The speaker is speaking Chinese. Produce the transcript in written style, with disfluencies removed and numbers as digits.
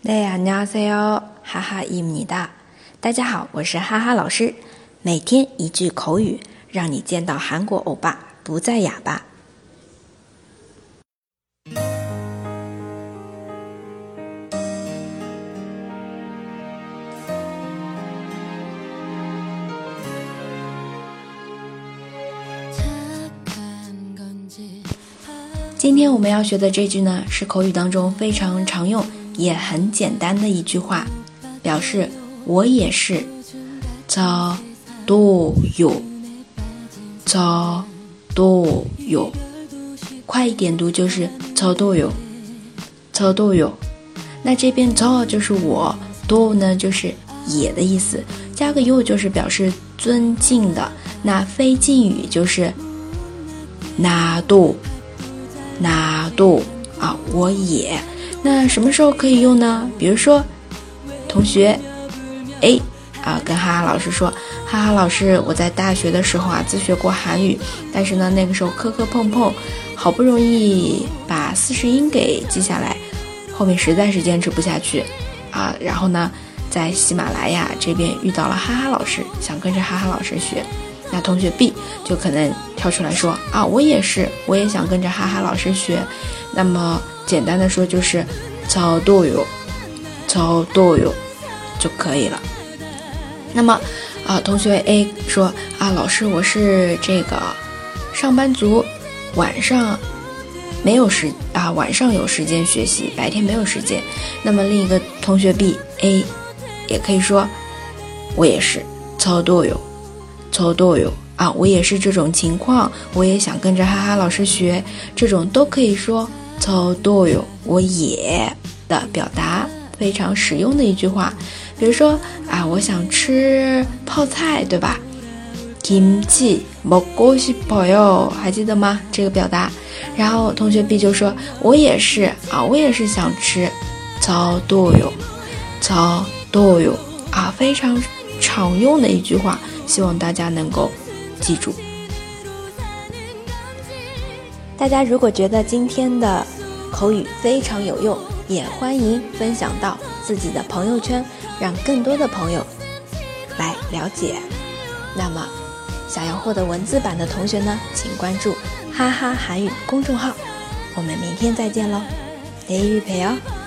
네, 안녕하세요. 하하입니다. 大家好，我是哈哈老师。每天一句口语，让你见到韩国欧巴不再哑巴。今天我们要学的这句呢，是口语当中非常常用也很简单的一句话，表示我也是저도요 저도요，快一点读就是저도요 저도요。那这边저就是我，도呢就是也的意思，加个요就是表示尊敬的。那非敬语就是나도啊，我也。那什么时候可以用呢？比如说同学 A 跟哈哈老师说，哈哈老师，我在大学的时候自学过韩语，但是呢那个时候磕磕碰碰，好不容易把40音给记下来，后面实在是坚持不下去然后呢在喜马拉雅这边遇到了哈哈老师，想跟着哈哈老师学。那同学 B 就可能跳出来说我也想跟着哈哈老师学。那么简单的说就是저도요就可以了。那么同学 A 说老师，我是这个上班族，晚上没有晚上有时间学习，白天没有时间。那么另一个同学 B A 也可以说我也是저도요我也是这种情况，我也想跟着哈哈老师学，这种都可以说저도요我也的表达，非常实用的一句话。比如说我想吃泡菜，对吧？김치 먹고 싶어요，还记得吗？这个表达。然后同学 B 就说我也是想吃저도요非常常用的一句话，希望大家能够记住。大家如果觉得今天的口语非常有用，也欢迎分享到自己的朋友圈，让更多的朋友来了解。那么想要获得文字版的同学呢，请关注哈哈韩语公众号。我们明天再见喽，내일 봬요。